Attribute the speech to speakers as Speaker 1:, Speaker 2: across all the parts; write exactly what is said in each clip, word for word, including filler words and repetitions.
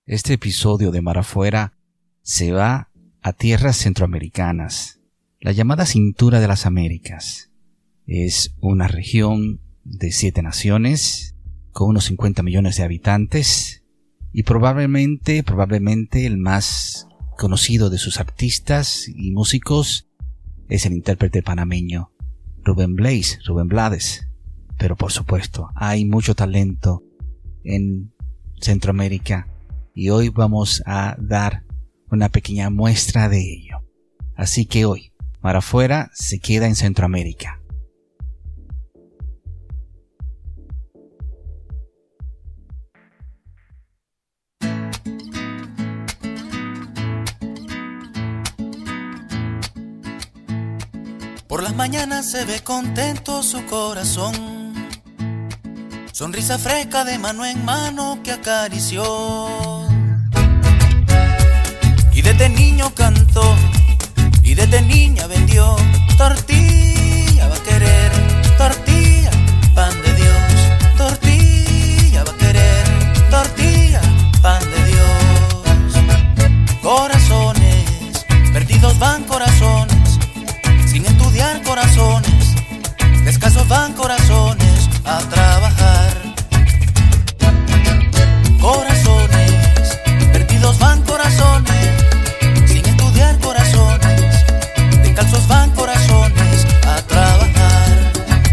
Speaker 1: Este episodio de Mar Afuera se va a tierras centroamericanas, la llamada Cintura de las Américas. Es una región de siete naciones, con unos cincuenta millones de habitantes, y probablemente, probablemente el más conocido de sus artistas y músicos es el intérprete panameño Rubén Blades, Rubén Blades. Pero por supuesto, hay mucho talento en Centroamérica y hoy vamos a dar una pequeña muestra de ello. Así que hoy, Mar Afuera se queda en Centroamérica.
Speaker 2: Por las mañanas se ve contento su corazón, sonrisa fresca de mano en mano que acarició. Y desde niño cantó, y desde niña vendió. Tortilla va a querer, tortilla, pan de Dios. Tortilla va a querer, tortilla, pan de Dios. Corazones, perdidos van corazones, sin estudiar corazones, descalzos van corazones a trabajar. Corazones, perdidos van corazones, sin estudiar corazones, descalzos van corazones a trabajar.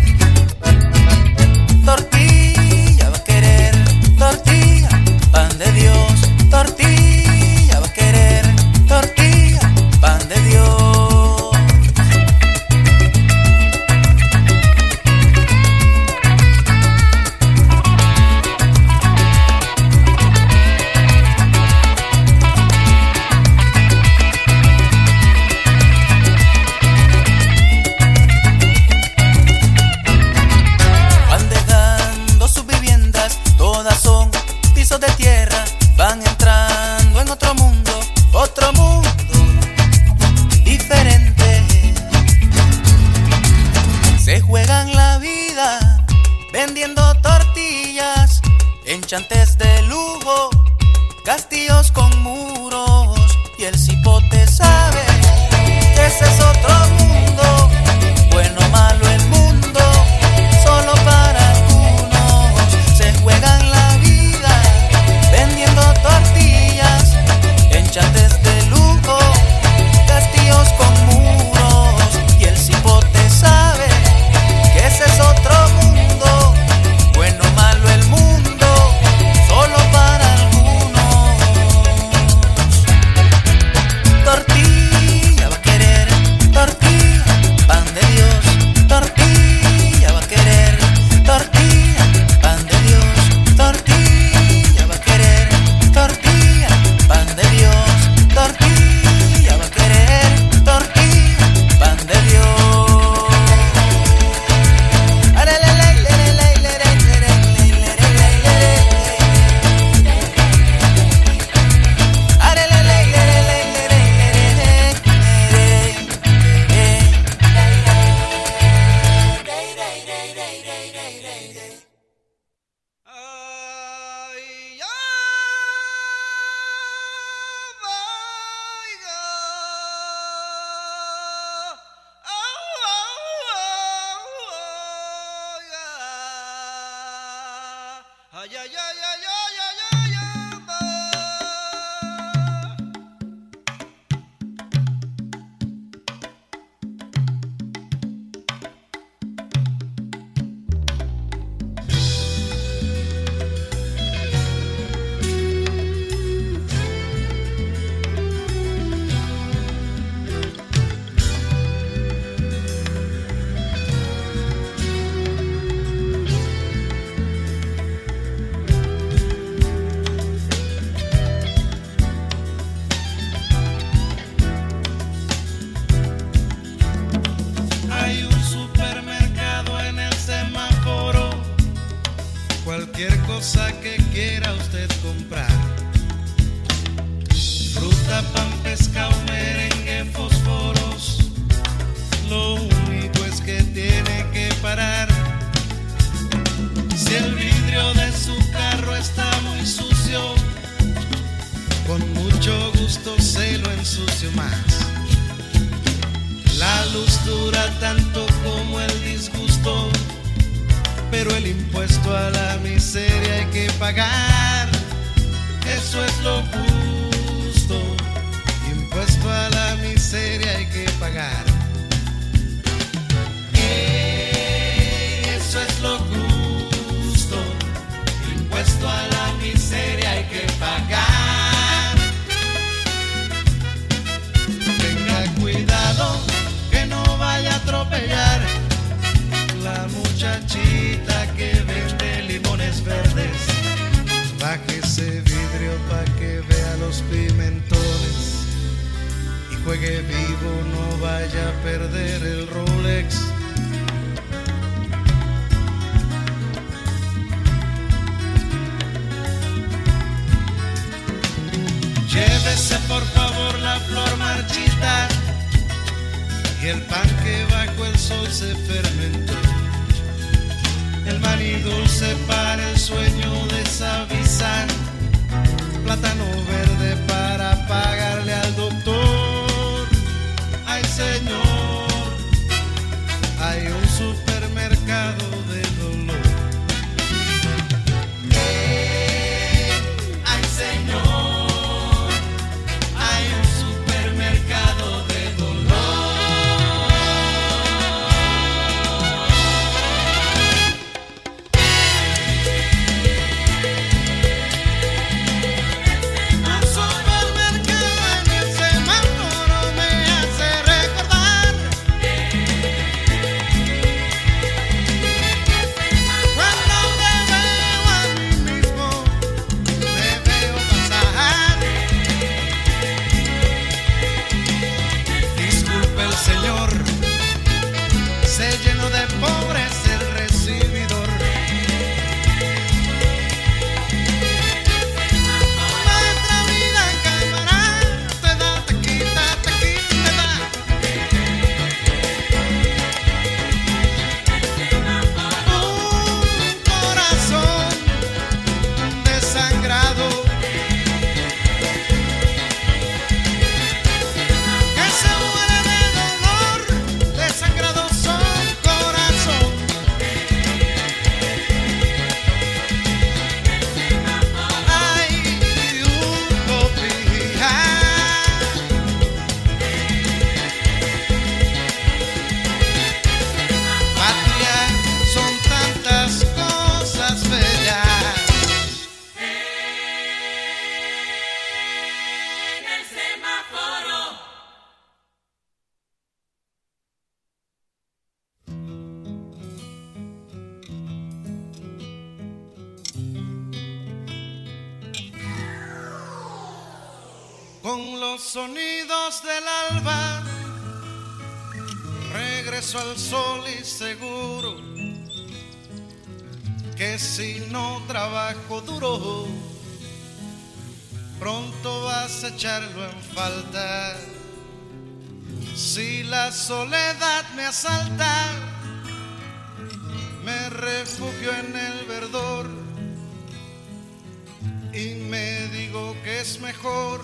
Speaker 2: Tortilla va a querer, tortilla, pan de Dios. Tortilla va a querer, tortilla, pan de Dios. De tierra van entrando en otro mundo, otro mundo diferente. Se juegan la vida vendiendo tortillas, enchantes de lujo, castillos con muros, y el cipote sabe que ese es otro mundo, bueno o malo el mundo, solo para algunos. Se juegan la vendiendo tortillas, enchantes de lujo, castillos con muros, y el cipote sabe que ese es otro mundo, bueno o malo el mundo, solo para algunos. Tortilla va a querer, tortilla, pan de Dios. Tortilla va a querer, tortilla, pan de Dios. Tortilla va a querer, tortilla, pan de Dios. Tortilla va a querer, tortilla, pan de Dios.
Speaker 3: con mucho gusto se lo ensucio más. La luz dura tanto como el disgusto, pero el impuesto a la miseria hay que pagar. Eso es lo justo, impuesto a la miseria hay que pagar. Eso es lo justo, impuesto a la miseria hay que pagar. Tenga cuidado que no vaya a atropellar la muchachita que vende limones verdes. Baje ese vidrio pa' que vea los pimentones y juegue vivo, no vaya a perder el Rolex. Llévese por favor la flor marchita y el pan que bajo el sol se fermentó. El maní dulce para el sueño de Savisán, plátano verde para pagarle al doctor. Ay señor, hay un supermercado de dolor. Eh, ay señor, hay un supermercado de dolor. Con los sonidos del alba regreso al sol y seguro que si no trabajo duro pronto vas a echarlo en falta. Si la soledad me asalta, me refugio en el verdor y me digo que es mejor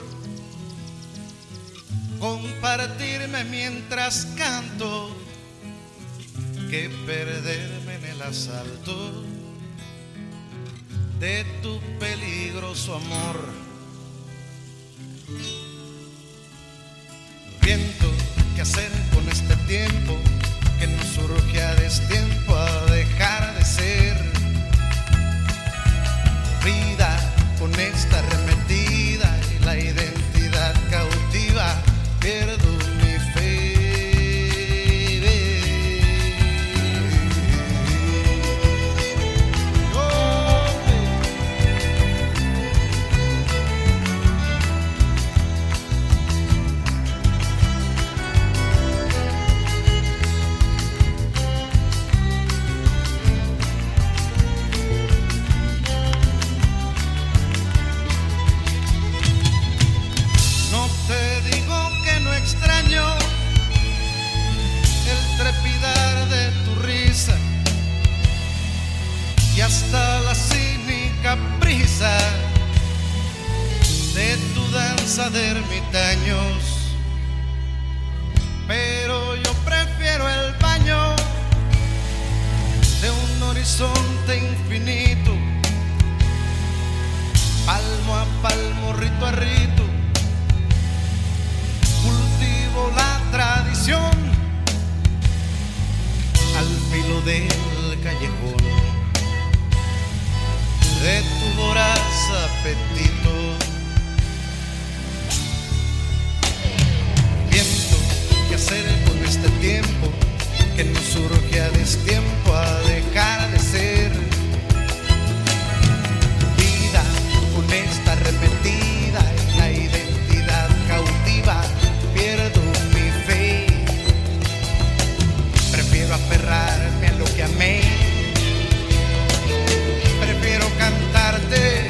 Speaker 3: compartirme mientras canto que perderme en el asalto de tu peligroso amor. Viento, ¿qué hacer con este tiempo que nos surge a destiempo a dejar de ser? Vida con esta arremetida y la identidad cautiva, pierdo mi fe. Oh, belleza de ermitaños, pero yo prefiero el baño de un horizonte infinito, palmo a palmo, rito a rito, cultivo la tradición al filo del callejón de tu voraz apetito. Viento, ¿qué hacer con este tiempo que nos surge a destiempo a dejar de ser? Vida honesta, arrepentida en la identidad cautiva, pierdo mi fe. Prefiero aferrarme a lo que amé, prefiero cantarte.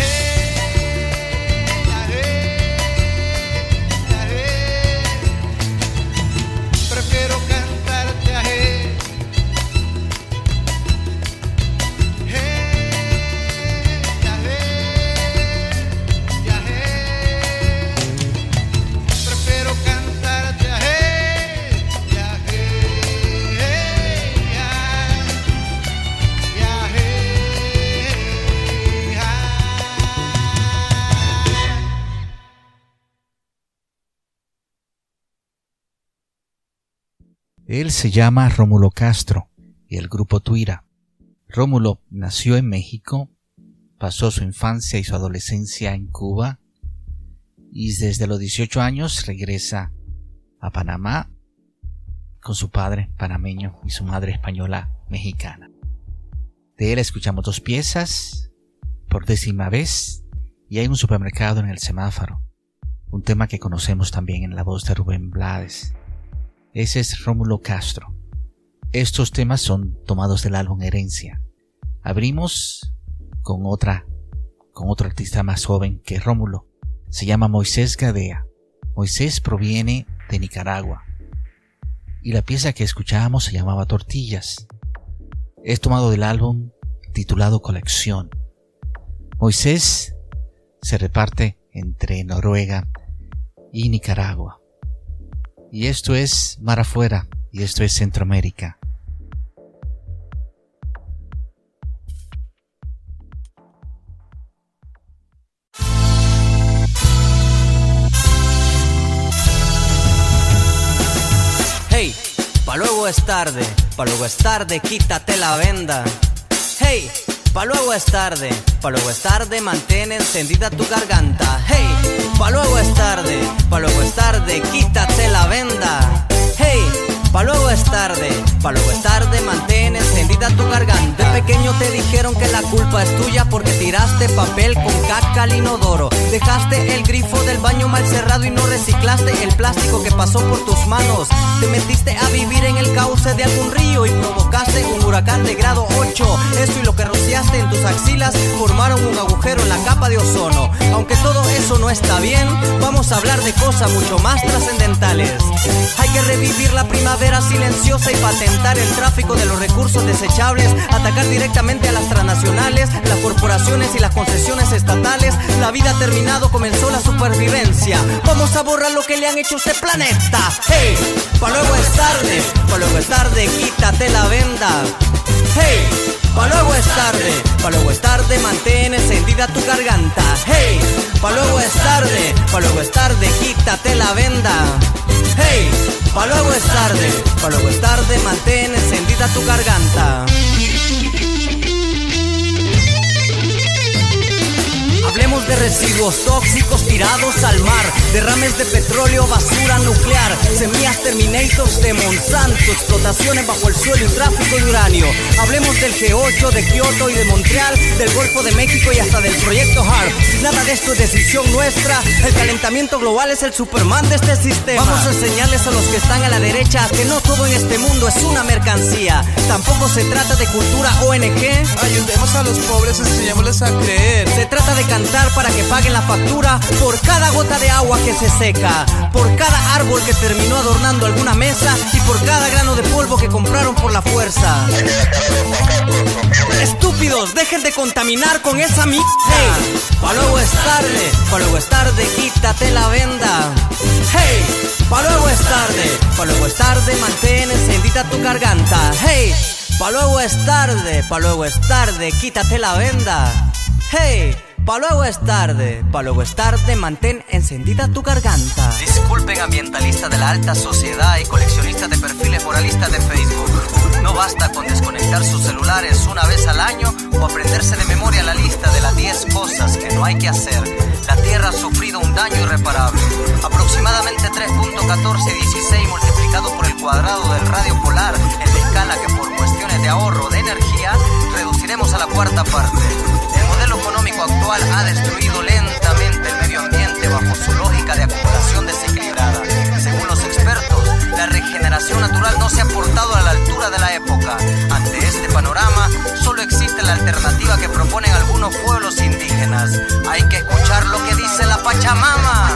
Speaker 3: Prefiero cantarte a él. Hey, ya hey, ya hey. Prefiero cantarte a él. Ya hey, ya, ya hey, ya.
Speaker 1: Él se llama Rómulo Castro y el grupo Tuira. Rómulo nació en México, pasó su infancia y su adolescencia en Cuba y desde los dieciocho años regresa a Panamá con su padre panameño y su madre española mexicana. De él escuchamos dos piezas, Por décima vez y Hay un supermercado en el semáforo, un tema que conocemos también en la voz de Rubén Blades. Ese es Rómulo Castro. Estos temas son tomados del álbum Herencia. Abrimos con otra, con otro artista más joven que Rómulo. Se llama Moisés Gadea. Moisés proviene de Nicaragua. Y la pieza que escuchábamos se llamaba Tortillas. Es tomado del álbum titulado Colección. Moisés se reparte entre Noruega y Nicaragua. Y esto es Mar Afuera, y esto es Centroamérica.
Speaker 4: Hey, pa' luego es tarde, pa' luego es tarde, quítate la venda. Hey, pa' luego es tarde, pa' luego es tarde, mantén encendida tu garganta. Hey, pa' luego es tarde, pa' luego es tarde, quítate la venda. Hey, pa' luego es tarde, pa' luego es tarde, mantén encendida tu garganta. De pequeño te dijeron que la culpa es tuya porque tiraste papel con caca al inodoro. Dejaste el grifo del baño mal cerrado y no reciclaste el plástico que pasó por tus manos. Te metiste a vivir en el cauce de algún río y provocaste un huracán de grado ocho. Esto y lo que rociaste en tus axilas formaron un agujero en la capa de ozono. Aunque todo eso no está bien, vamos a hablar de cosas mucho más trascendentales. Hay que revivir la primavera silenciosa y patentar el tráfico de los recursos desechables, atacar directamente a las transnacionales, las corporaciones y las concesiones estatales. La vida ha terminado, comenzó la supervivencia. Vamos a borrar lo que le han hecho a este planeta. Hey, pa' luego es tarde, pa' luego es tarde, quítate la venda. Hey, pa' luego es tarde, pa' luego es tarde, mantén encendida tu garganta. Hey, pa' luego es tarde, pa' luego es tarde, quítate la venda. Hey, pa' luego es tarde, pa' luego es tarde, mantén encendida tu garganta. Hablemos de residuos tóxicos tirados al mar, derrames de petróleo, basura nuclear, semillas terminators de Monsanto, explotaciones bajo el suelo y tráfico de uranio. Hablemos del G ocho, de Kioto y de Montreal, del Golfo de México y hasta del proyecto HARP. Nada de esto es decisión nuestra, el calentamiento global es el Superman de este sistema. Vamos a enseñarles a los que están a la derecha que no todo en este mundo es una mercancía. Tampoco se trata de cultura O N G.
Speaker 5: Ayudemos a los pobres, enseñémosles a creer.
Speaker 4: Se trata de cantar adelantar para que paguen la factura por cada gota de agua que se seca, por cada árbol que terminó adornando alguna mesa y por cada grano de polvo que compraron por la fuerza. Estúpidos, dejen de contaminar con esa mi... Hey, pa' luego es tarde, pa' luego es tarde, quítate la venda. Hey, pa' luego es tarde, pa' luego es tarde, mantén encendida tu garganta. Hey, pa' luego es tarde, pa' luego es tarde, quítate la venda. Hey, pa' luego es tarde, pa' luego es tarde, mantén encendida tu garganta. Disculpen, ambientalistas de la alta sociedad y coleccionistas de perfiles moralistas de Facebook. No basta con desconectar sus celulares una vez al año o aprenderse de memoria la lista de las diez cosas que no hay que hacer. La Tierra ha sufrido un daño irreparable. Aproximadamente tres punto catorce dieciséis multiplicado por el cuadrado del radio polar en la escala que por cuestiones de ahorro de energía reduciremos a la cuarta parte. El modelo económico actual ha destruido lentamente el medio ambiente bajo su lógica de acumulación desequilibrada. Según los expertos, la regeneración natural no se ha portado a la altura de la época. Ante este panorama, solo existe la alternativa que proponen algunos pueblos indígenas. Hay que escuchar lo que dice la Pachamama.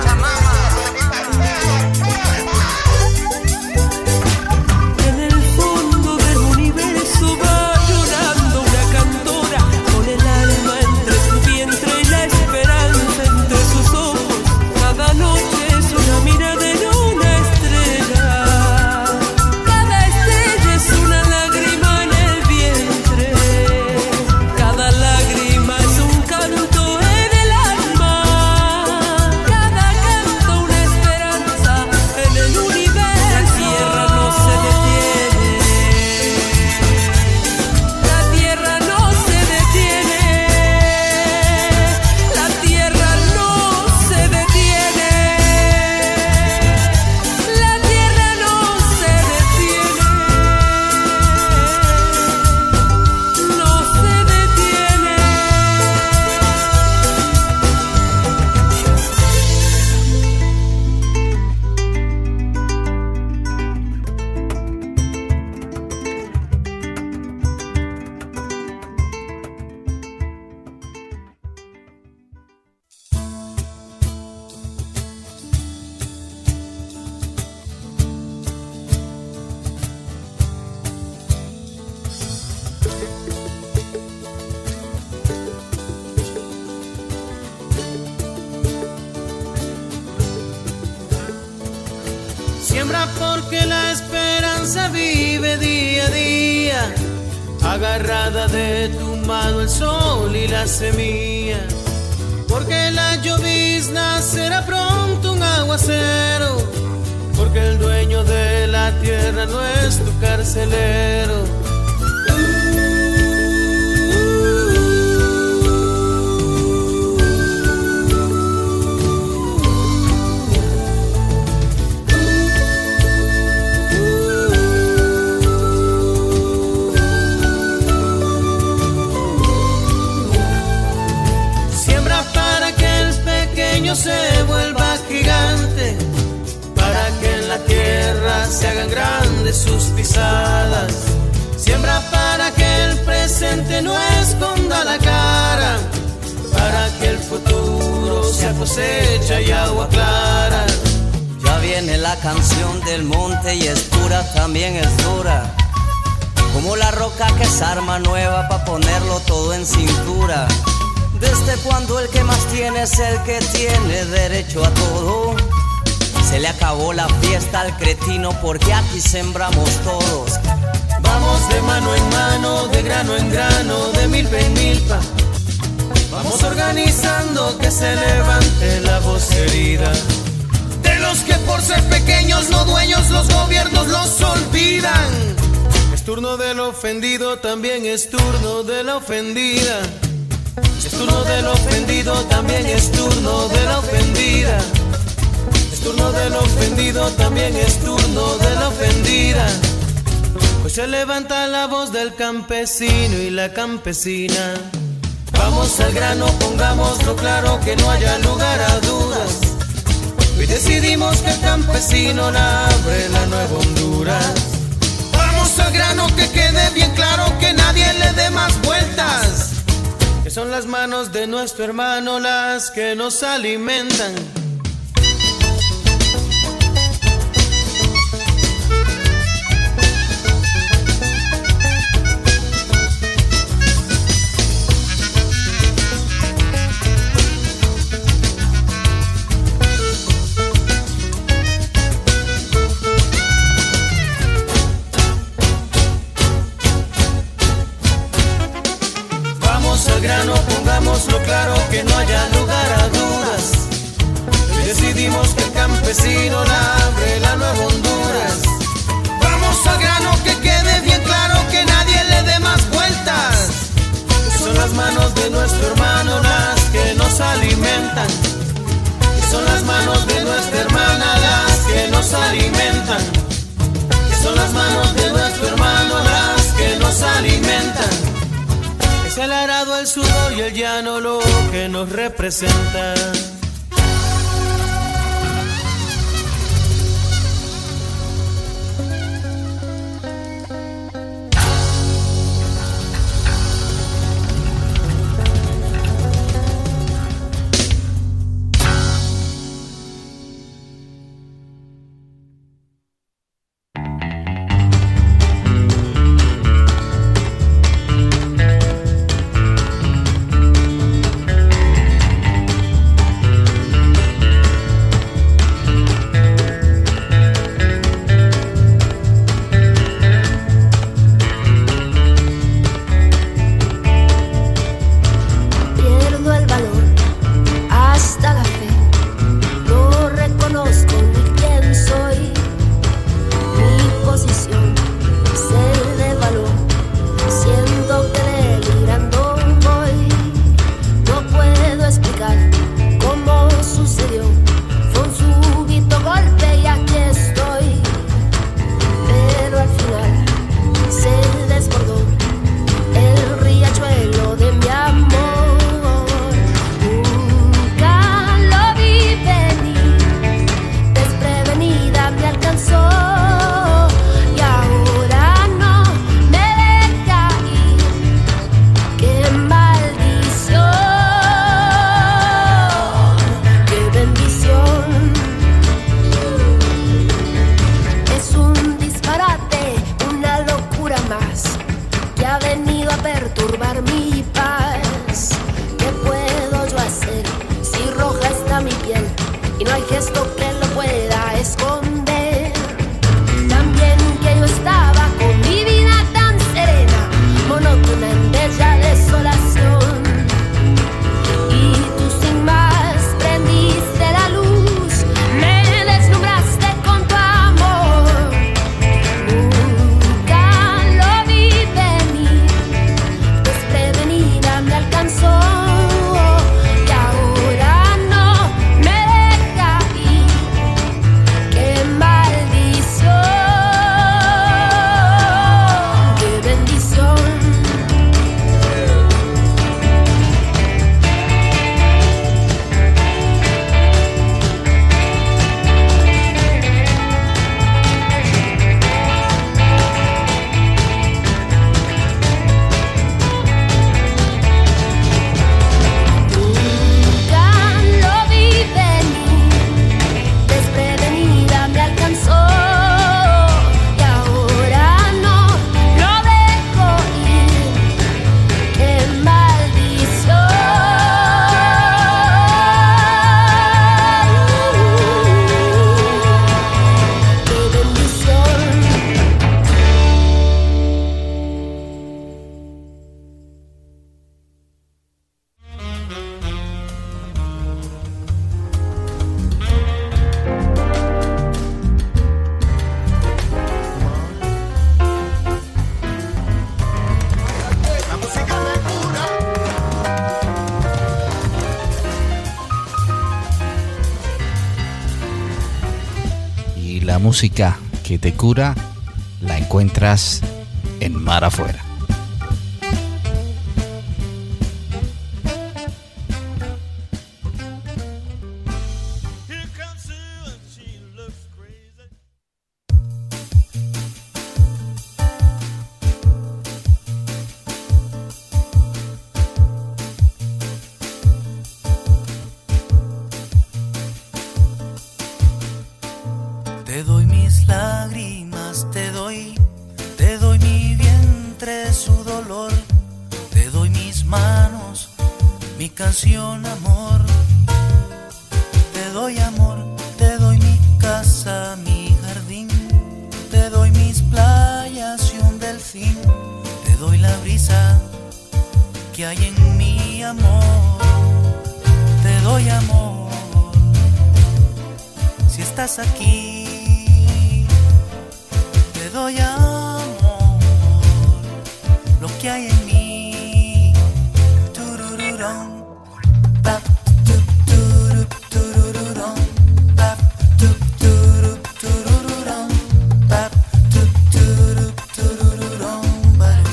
Speaker 5: En el fondo del universo va llorando una cantora, con el alma entre su vientre y la esperanza entre sus ojos. Cada noche es una mirada en una estrella. Cada estrella es una lágrima en el vientre. Cada lágrima es un canto en el alma. Cada canto una esperanza en el universo. La tierra no se detiene. La tierra no se detiene. La tierra no se detiene. La tierra no se detiene. No se detiene.
Speaker 3: Siembra porque la esperanza vive día a día, agarrada de tu mano el sol y la semilla. Porque la llovizna será pronto un aguacero, porque el dueño de la tierra no es tu carcelero. Se vuelva gigante, para que en la tierra se hagan grandes sus pisadas. Siembra para que el presente no esconda la cara, para que el futuro sea cosecha y agua clara.
Speaker 4: Ya viene la canción del monte y es pura, también es dura, como la roca que es arma nueva pa' ponerlo todo en cintura. Desde cuando el que más tiene es el que tiene derecho a todo. Se le acabó la fiesta al cretino porque aquí sembramos todos.
Speaker 3: Vamos de mano en mano, de grano en grano, de milpa en milpa. Vamos organizando que se levante la voz herida de los que por ser pequeños, no dueños, los gobiernos los olvidan. Es turno del ofendido, también es turno de la ofendida. Es turno del ofendido, también es turno de la ofendida. Es turno del ofendido, también es turno de la ofendida. Pues se levanta la voz del campesino y la campesina. Vamos al grano, pongámoslo claro, que no haya lugar a dudas. Hoy decidimos que el campesino labre la nueva Honduras. Vamos al grano, que quede bien claro, que nadie le dé más vueltas. Que son las manos de nuestro hermano las que nos alimentan.
Speaker 2: Pongámoslo claro, que no haya lugar a dudas. Hoy decidimos que el campesino labre la nueva Honduras. Vamos al grano, que quede bien claro, que nadie le dé más vueltas. Son las manos de nuestro hermano las que nos alimentan. Son las manos de nuestra hermana las que nos alimentan. Son las manos de nuestro hermano las que nos alimentan. Es el arado, el sudor y el llano lo que nos representa.
Speaker 1: La música que te cura la encuentras en Mar Afuera.
Speaker 2: mis lágrimas te doy, te doy mi vientre, su dolor, te doy mis manos, mi canción, amor. Te doy amor, te doy mi casa, mi jardín, te doy mis playas y un delfín, te doy la brisa que hay en mi amor, te doy amor. Si estás aquí, te doy amor, lo que hay en mí. Turururón, bap, tup, turup, turururón, bap, tup, turup, turururón, bap, tup, turup, turururón, baru.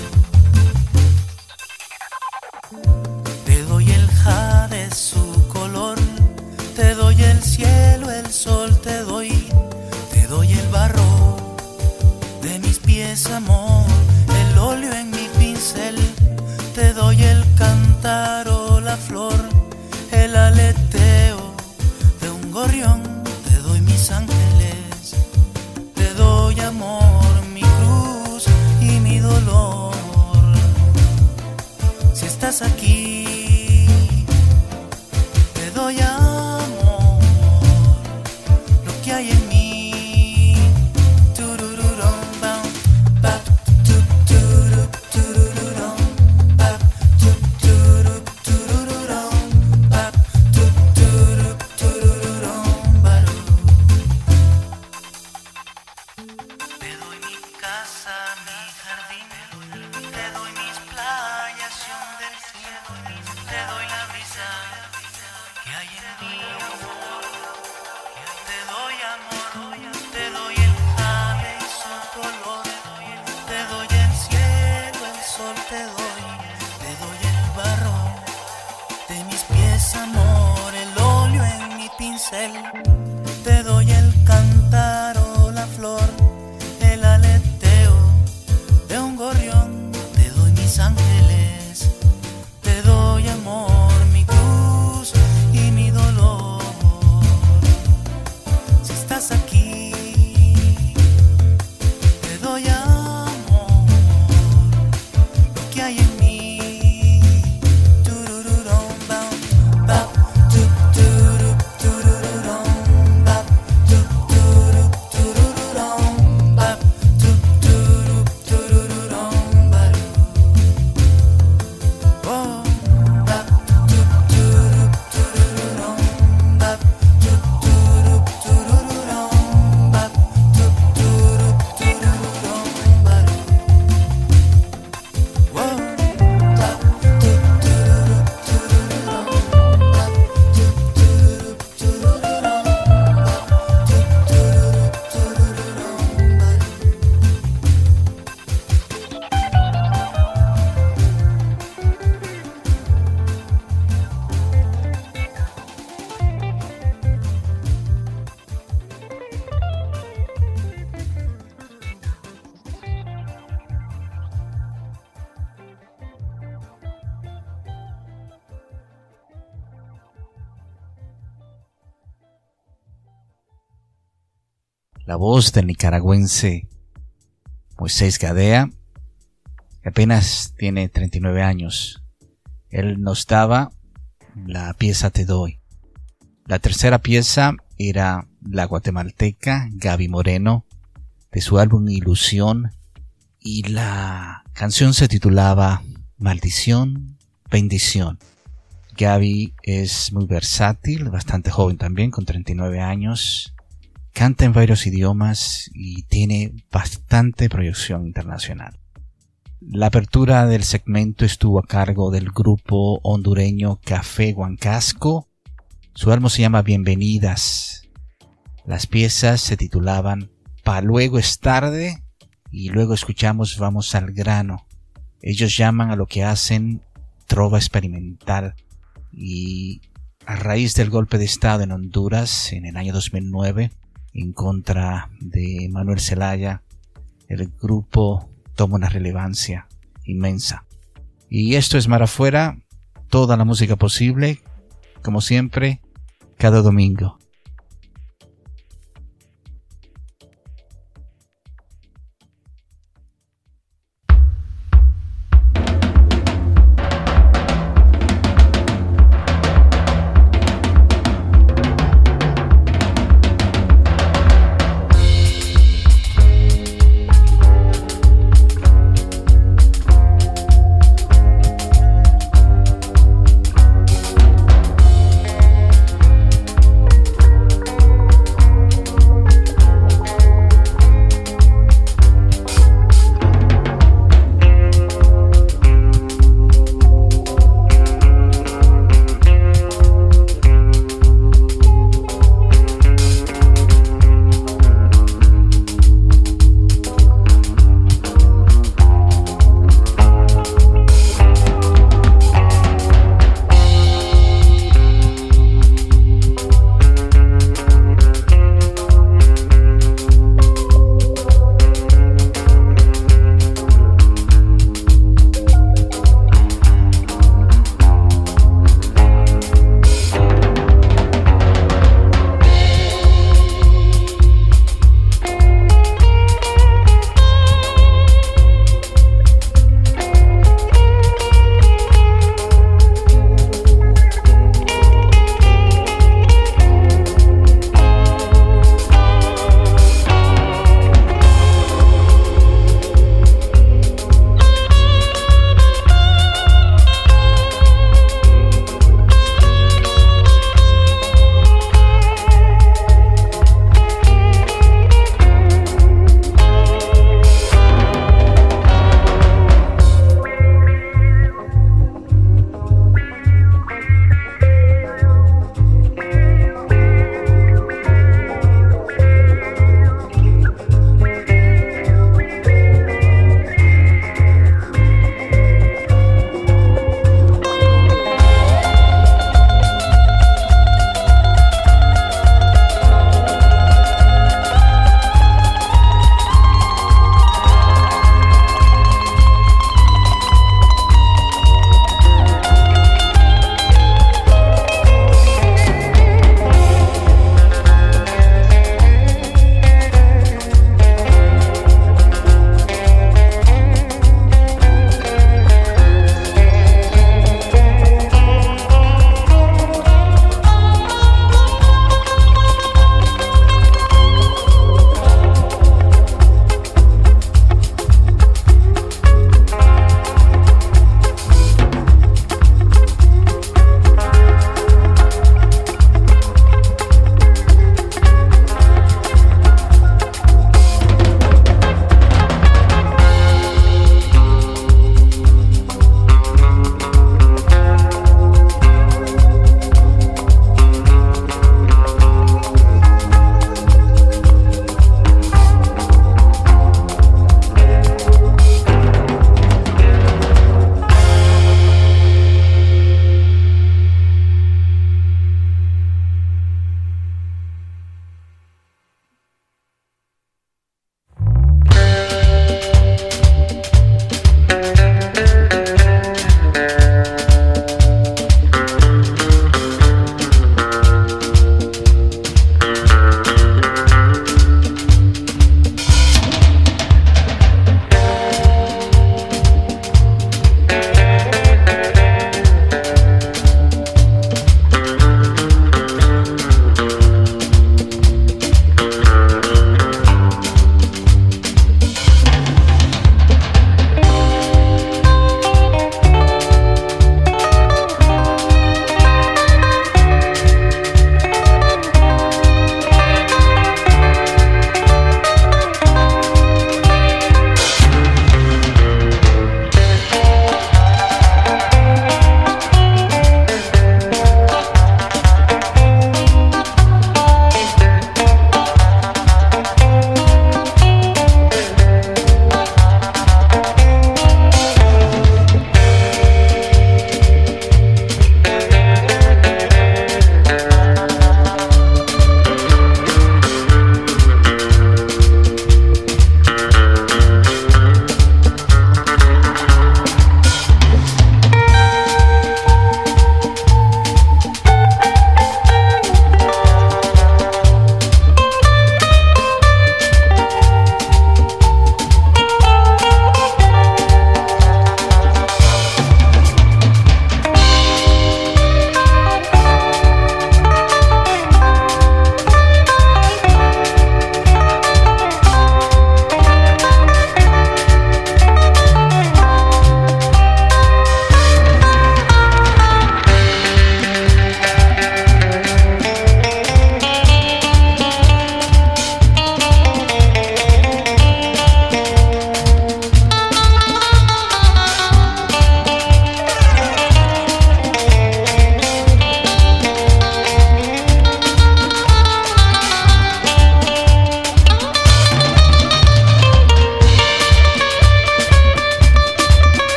Speaker 2: Te doy el jade, su color, te doy el cielo, el sol, te doy, te doy el barro de mis pies, amor, el óleo en mi pincel, te doy el cántaro, la flor, el aleteo de un gorrión, te doy mis ángeles, te doy amor, mi cruz y mi dolor. Si estás aquí, te doy amor, lo que hay en mí. Turururón, bam, bap, tup, turup, turururón, bap, tup, turup, turururón, bap, tup, turup, turururón, baru. Te doy mi casa, mi jardín, te doy mis playas y un delfín, te doy la brisa que hay en mí, amor. Te doy amor, te doy el ave y su color, te doy el cielo, el sol, te doy, te doy el barro de mis pies, amor, el óleo en mi pincel, te doy el cántaro, la flor, el aleteo de un gorrión, te doy mis ángeles, te doy amor, mi cruz y mi dolor. Si estás aquí, te doy amor, lo que hay en mí. Turururón, bam, bap, tup, turup, turururón, bap, tup, turup, turururón, bap, tup, turup, turururón, baru. Oh, bap, tup, turup, turururón, bap, tup, turup, turururón, bap, tup, turup, turururón, baru. Oh, bap, tup, turup, turururón, bap, tup, turup, turururón, bap,
Speaker 1: La voz del nicaragüense Moisés Gadea, que apenas tiene treinta y nueve años. Él nos daba la pieza Te Doy. La tercera pieza era la guatemalteca Gaby Moreno, de su álbum Ilusión, y la canción se titulaba Maldición, Bendición. Gaby es muy versátil, bastante joven también, con treinta y nueve años. Canta en varios idiomas y tiene bastante proyección internacional. La apertura del segmento estuvo a cargo del grupo hondureño Café Huancasco. Su álbum se llama Bienvenidas. Las piezas se titulaban Pa' luego es tarde y luego escuchamos Vamos al grano. Ellos llaman a lo que hacen trova experimental, y a raíz del golpe de estado en Honduras en el año dos mil nueve en contra de Manuel Zelaya, el grupo toma una relevancia inmensa. Y esto es Mar Afuera, toda la música posible, como siempre, cada domingo.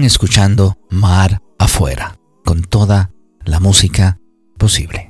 Speaker 1: escuchando Mar Afuera, con toda la música posible.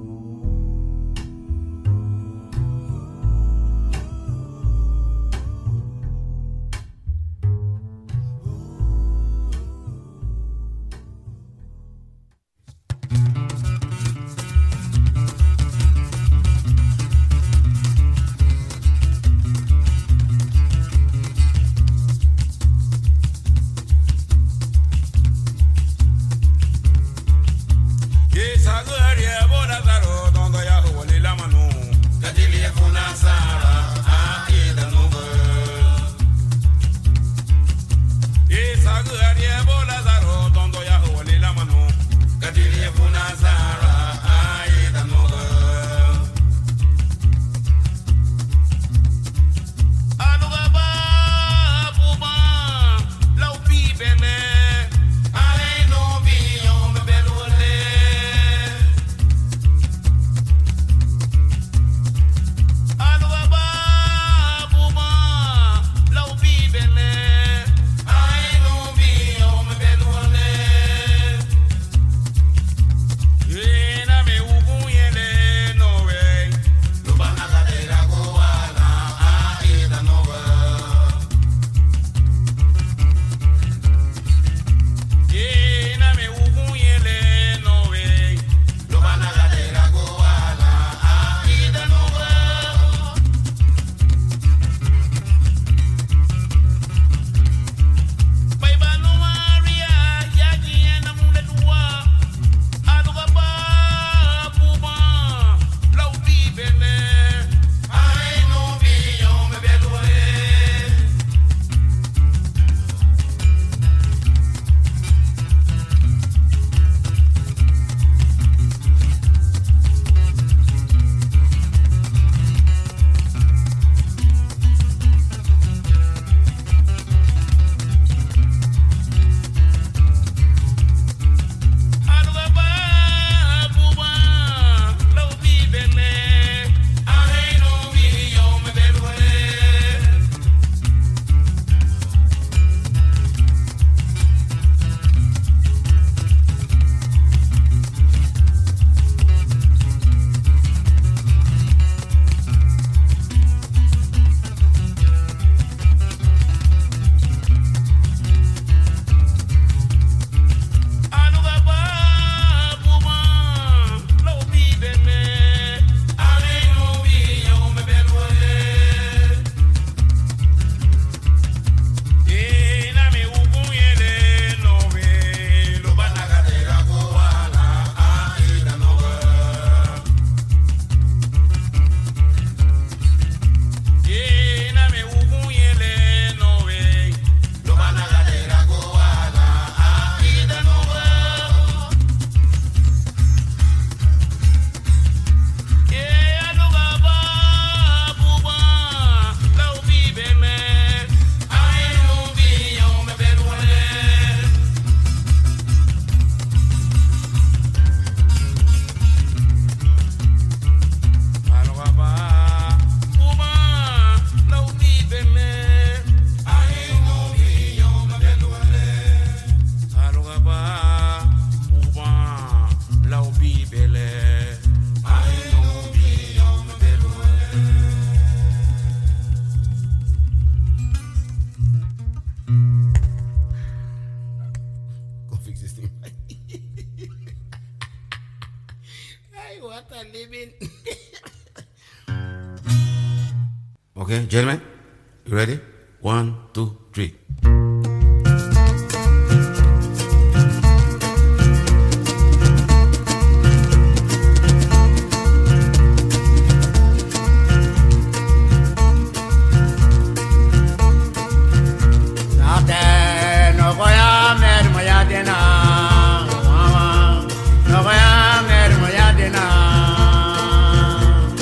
Speaker 6: Okay, gentlemen, you ready? One, two, three.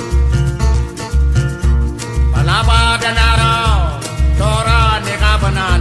Speaker 7: Banana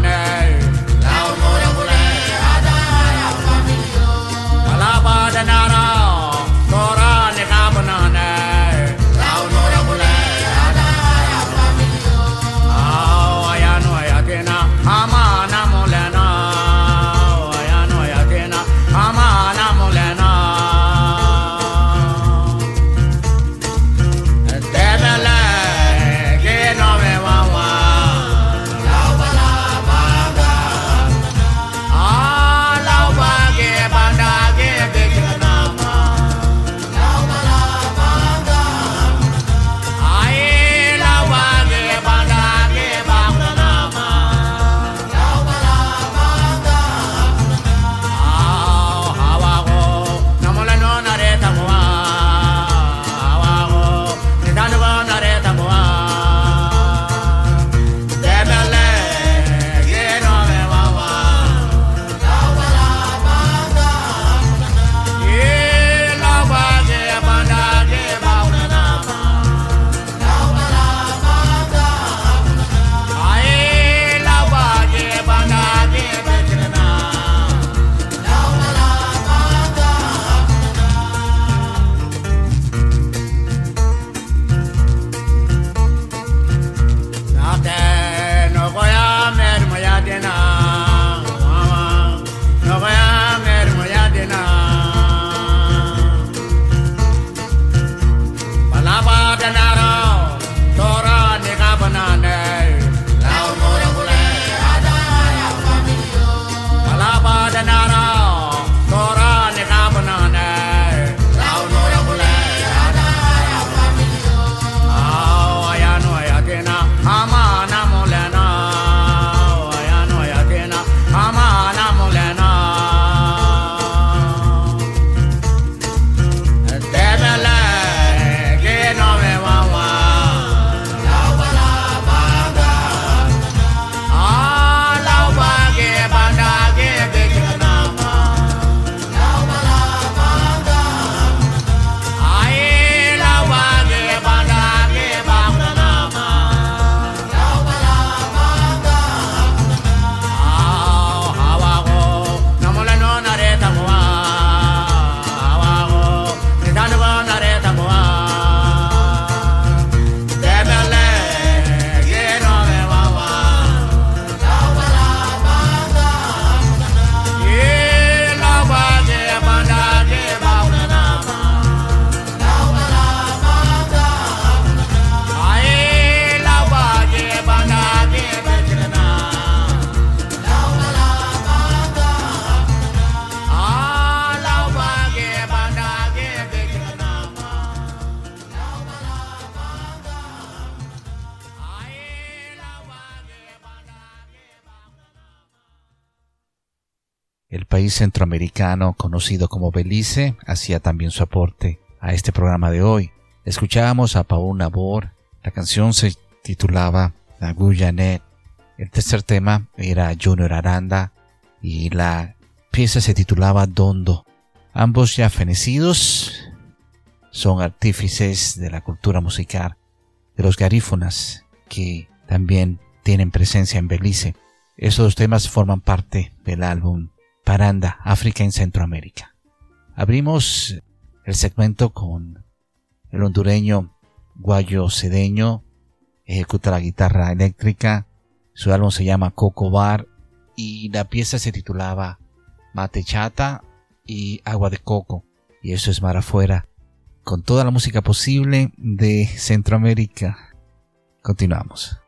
Speaker 1: el país centroamericano conocido como Belice, hacía también su aporte a este programa de hoy. Escuchábamos a Paul Nabor, la canción se titulaba La Guyanet, el tercer tema era Junior Aranda y la pieza se titulaba Dondo. Ambos ya fenecidos son artífices de la cultura musical de los garífunas que también tienen presencia en Belice. Esos dos temas forman parte del álbum Paranda, África en Centroamérica. Abrimos el segmento con el hondureño Guayo Cedeño, ejecuta la guitarra eléctrica, su álbum se llama Coco Bar y la pieza se titulaba Mate Chata y Agua de Coco, y eso es mar afuera, con toda la música posible de Centroamérica. Continuamos.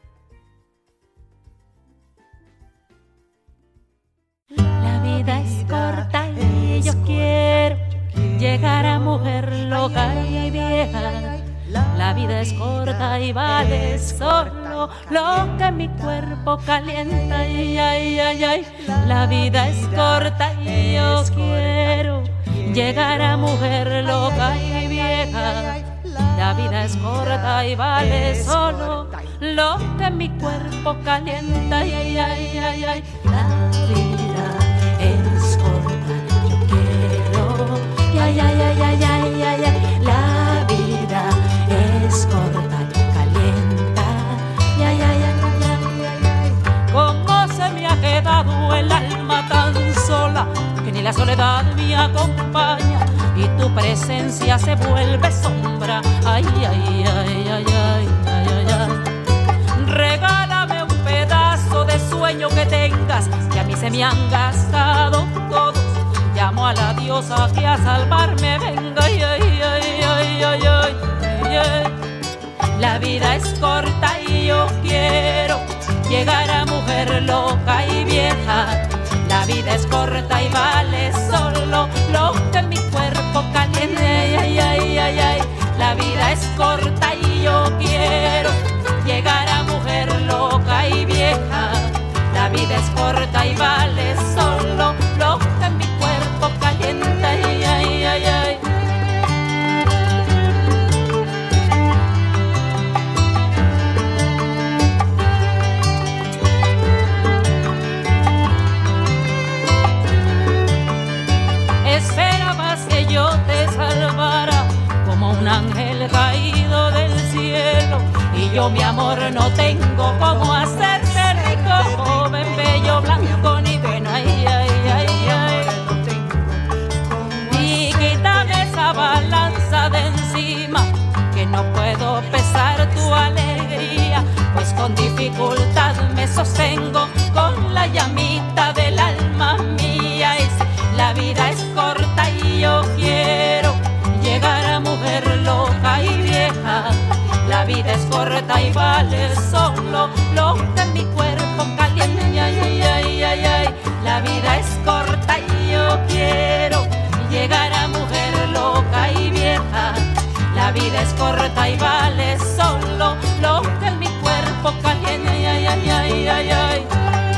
Speaker 7: La vida es corta y yo quiero llegar a mujer loca y vieja. La vida es corta y vale solo lo que mi cuerpo calienta. Ay, ay, ay, ay. La vida es corta y yo quiero llegar a mujer loca y vieja. La vida es corta y vale solo lo que mi cuerpo calienta. Ay, ay, ay, ay, ay. La vida es corta, yo quiero. Ay, ay, ay, ay, ay, ay, ay. La vida es corta y calienta. Ay, ay, ay, ay, ay, ay. Cómo se me ha quedado el alma tan sola que ni la soledad me acompaña y tu presencia se vuelve sombra. Ay, ay, ay, ay, ay, ay, ay, ay. Regálame un pedazo de sueño que tengas, que a mí se me han gastado todos. Llamo a la diosa que a salvarme venga. Ay, ay, ay, ay, ay, ay, ay, ay. La vida es corta y yo quiero llegar a mujer loca y vieja. La vida es corta y vale solo lo que mi cuerpo caliente. Ay, ay, ay, ay. La vida es corta y yo quiero llegar a mujer loca y vieja. La vida es corta y vale solo lo que mi cuerpo caliente. Ay, ay, ay, ay. Esperabas que yo te salvara como un ángel caído del cielo, y yo, mi amor, no tengo cómo hacerte rico, joven, bello, blanco, ni pena. Ay, ay, ay, ay. Y quítame esa balanza de encima, que no puedo pesar tu alegría, pues con dificultad me sostengo con la llamita del alma mía. Es, la vida es corta y yo quiero llegar a mujer loca y vieja. La vida es corta y vale solo lo que mi cuerpo caliente. Ay, ay, ay, ay, ay. La vida es corta y yo quiero llegar a mujer loca y vieja. La vida es corta y vale solo lo que mi cuerpo caliente. Ay, ay, ay, ay, ay, ay.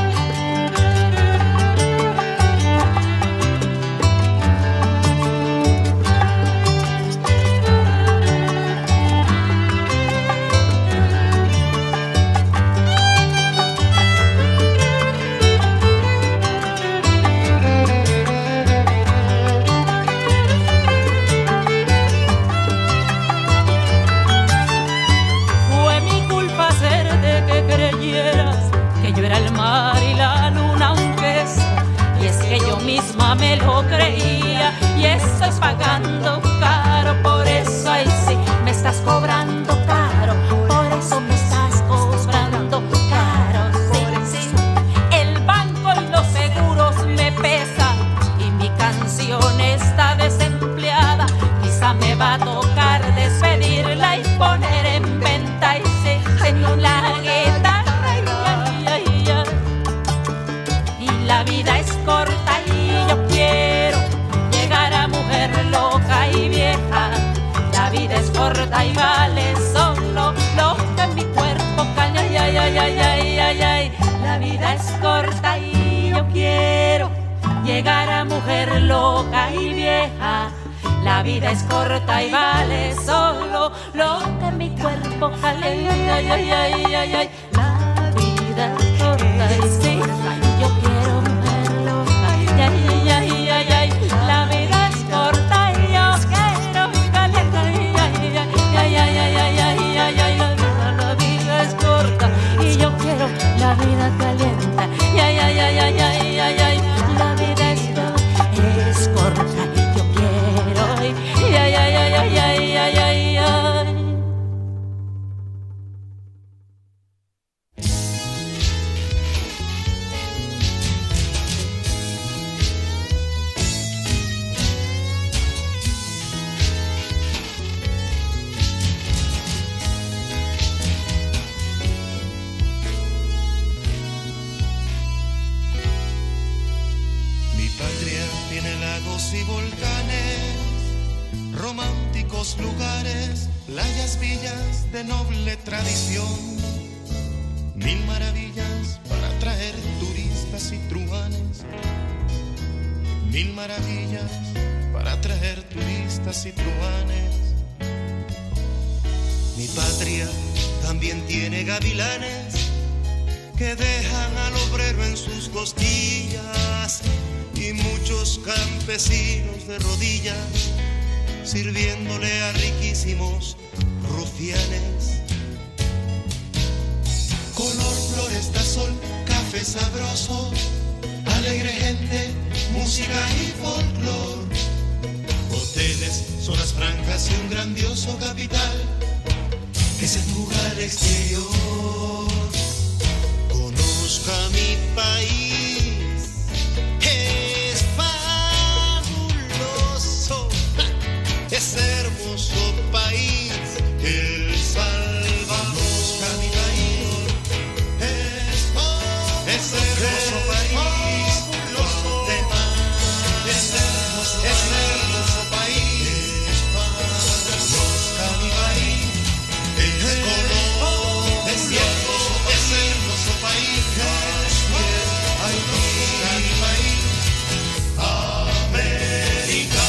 Speaker 7: Me lo creía y estás pagando caro, por eso ahí sí me estás cobrando caro, por eso me estás cobrando caro, sí, sí. El banco y los seguros me pesan y mi canción está desempleada, quizá me va a tocar despedirla y poner en venta y sí, sí, la guitarra. Ay, ay, ay, ay. Y la vida es corta y yo quiero llegar a mujer loca y vieja. La vida es corta y vale solo lo que mi cuerpo calienta. Ay, ay, ay, ay, ay, ay. La vida es corta y yo quiero llegar a mujer loca y vieja. La vida es corta y vale solo lo que mi cuerpo calienta. Ay, ay, ay, ay, ay. La vida es corta y sí, yo quiero mujer loca. Ay, ay, ay, ay, ay. La vida es corta y yo quiero calienta. Ay, ay, ay, ay, ay, ay, ay, ay, ay, ay. La vida, la vida es corta y yo quiero la vida calienta. Ay, ay, ay, ay, ay, ay, ay, ay. La vida es corta, es corta y yo quiero. Ay, ay, ay, ay, ay, ay, ay, ay, ay.
Speaker 3: Y volcanes, románticos lugares, playas, villas de noble tradición, mil maravillas para atraer turistas y truhanes, mil maravillas para atraer turistas y truhanes. Mi patria también tiene gavilanes que dejan al obrero en sus costillas y muchos campesinos de rodillas sirviéndole a riquísimos rufianes. Color, floresta, sol, café sabroso, alegre gente, música y folclor, hoteles, zonas francas y un grandioso capital que se fuga al exterior. Conozca mi país, es fabuloso, es hermoso país, El Salvador. Conozca mi país, es, es hermoso país, fabuloso, es hermoso, es hermoso país, conozca mi país, es color, es hermoso, es hermoso país, ay, conozca mi país, América.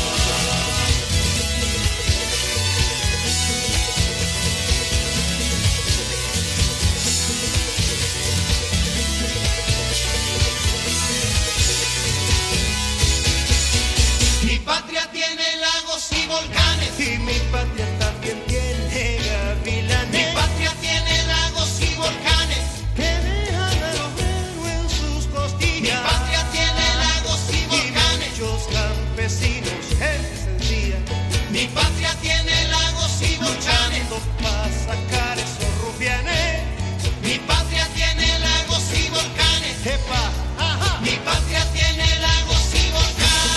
Speaker 3: Mi patria tiene lagos y volcanes, y mi patria también tiene gavilanes. Mi patria tiene lagos y volcanes que dejan al obrero en sus costillas. Mi patria tiene lagos y volcanes y muchos campesinos, gente sencilla. Mi patria tiene lagos y volcanes para sacar esos rufianes. Mi patria tiene lagos y volcanes. Epa, ajá. Mi patria tiene lagos y volcanes.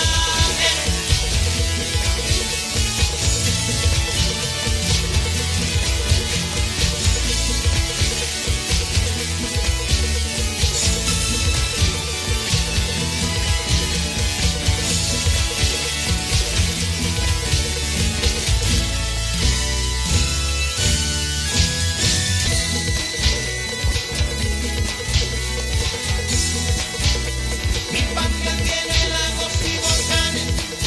Speaker 3: Mi patria tiene lagos y volcanes.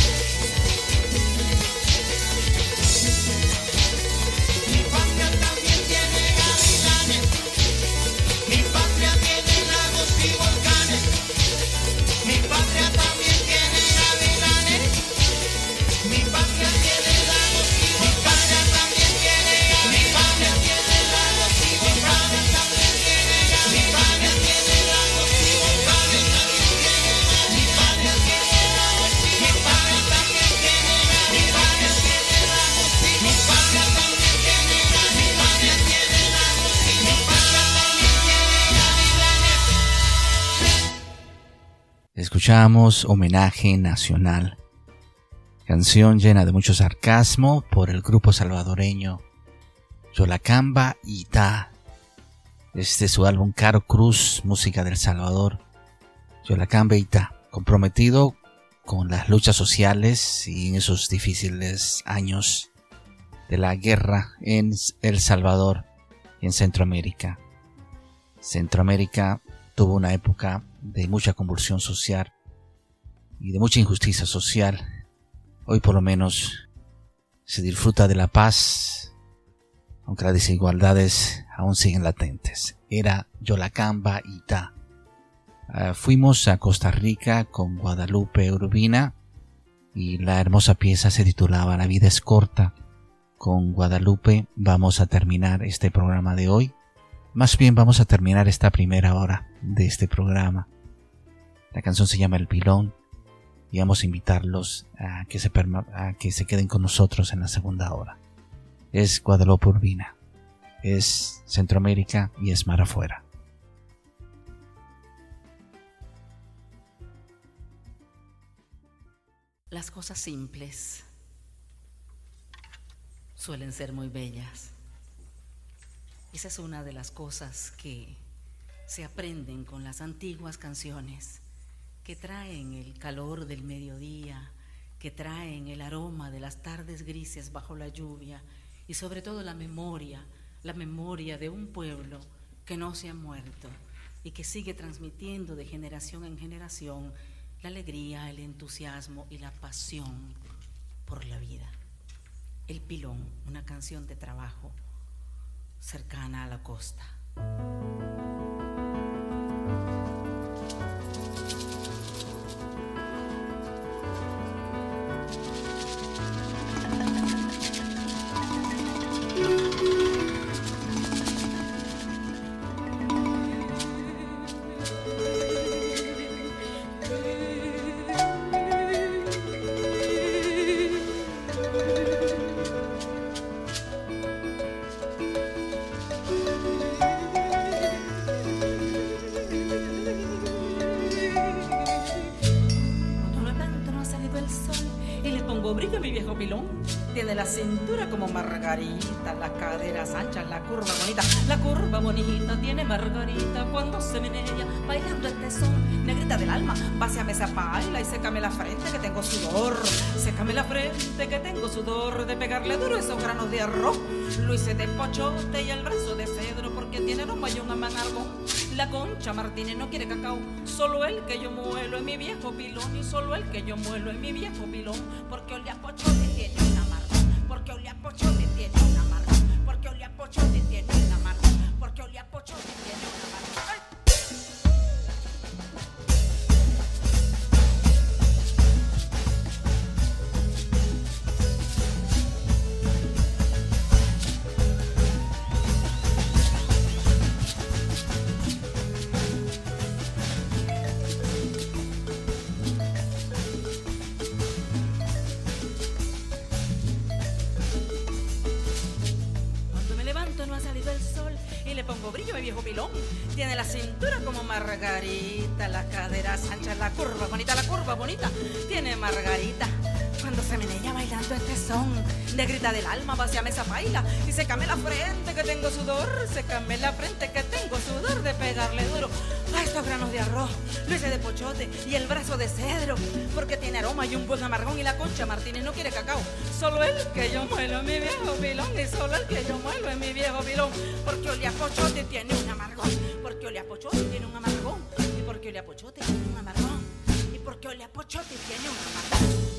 Speaker 3: Mi patria también tiene gavilanes. Mi patria tiene lagos y volcanes. Mi patria también tiene gavilanes. Mi patria tiene lagos y volcanes. También tiene gavilanes. Mi patria tiene lagos y volcanes. También tiene gavilanes. Mi patria tiene lagos y volcanes. Mi patria tiene lagos y mi patria también tiene mi patria tiene lagos y mi patria también tiene mi patria tiene lagos y mi patria también tiene gavilanes.
Speaker 1: Escuchamos Homenaje Nacional, canción llena de mucho sarcasmo por el grupo salvadoreño Yolacamba Itá. Este es su álbum Caro Cruz, música del Salvador. Yolacamba Itá, comprometido con las luchas sociales y en esos difíciles años de la guerra en El Salvador y en Centroamérica. Centroamérica tuvo una época de mucha convulsión social y de mucha injusticia social. Hoy por lo menos se disfruta de la paz, aunque las desigualdades aún siguen latentes. Era Yolacamba Itá. Uh, fuimos a Costa Rica con Guadalupe Urbina y la hermosa pieza se titulaba La vida es corta. Con Guadalupe vamos a terminar este programa de hoy. Más bien vamos a terminar esta primera hora de este programa. La canción se llama El Pilón y vamos a invitarlos a que se, perma- a que se queden con nosotros en la segunda hora. Es Guadalupe Urbina, es Centroamérica y es mar afuera.
Speaker 8: Las cosas simples suelen ser muy bellas. Esa es una de las cosas que se aprenden con las antiguas canciones, que traen el calor del mediodía, que traen el aroma de las tardes grises bajo la lluvia y sobre todo la memoria, la memoria de un pueblo que no se ha muerto y que sigue transmitiendo de generación en generación la alegría, el entusiasmo y la pasión por la vida. El Pilón, una canción de trabajo cercana a la costa.
Speaker 9: Tiene la cintura como Margarita, las caderas anchas, la curva bonita. La curva bonita tiene Margarita cuando se menea bailando este son. Negrita del alma, páseame esa paila y sécame la frente que tengo sudor. Sécame la frente que tengo sudor de pegarle duro esos granos de arroz. Lo hice de pochote y el brazo de cedro porque tiene aroma y un amargo. La Concha Martínez no quiere cacao, solo el que yo muelo en mi viejo pilón. Y solo el que yo muelo en mi viejo pilón, porque olía a pochote tiene una amargo, porque olía a pochote tiene una amargo, porque olía a pochote tiene una amargo, porque olía a pochote tiene una amargo. ¡Ay! Tiene la cintura como Margarita, las caderas anchas, la curva bonita, la curva bonita. Tiene Margarita cuando se menea bailando este son. Negrita del alma, vaciame esa paila y sécame la frente que tengo sudor. Sécame la frente que tengo sudor de pegarle duro a estos granos de arroz. Lo hice de pochote y el brazo de cedro porque tiene aroma y un buen amargón. Y la Concha Martínez no quiere cacao, solo el que yo muelo en mi viejo pilón. Y solo el que yo muelo en mi viejo pilón, porque olía a pochote tiene un amargón, porque olía a pochote tiene un amargón, y porque olía a pochote tiene un amargón, y porque olía a pochote tiene un amargón.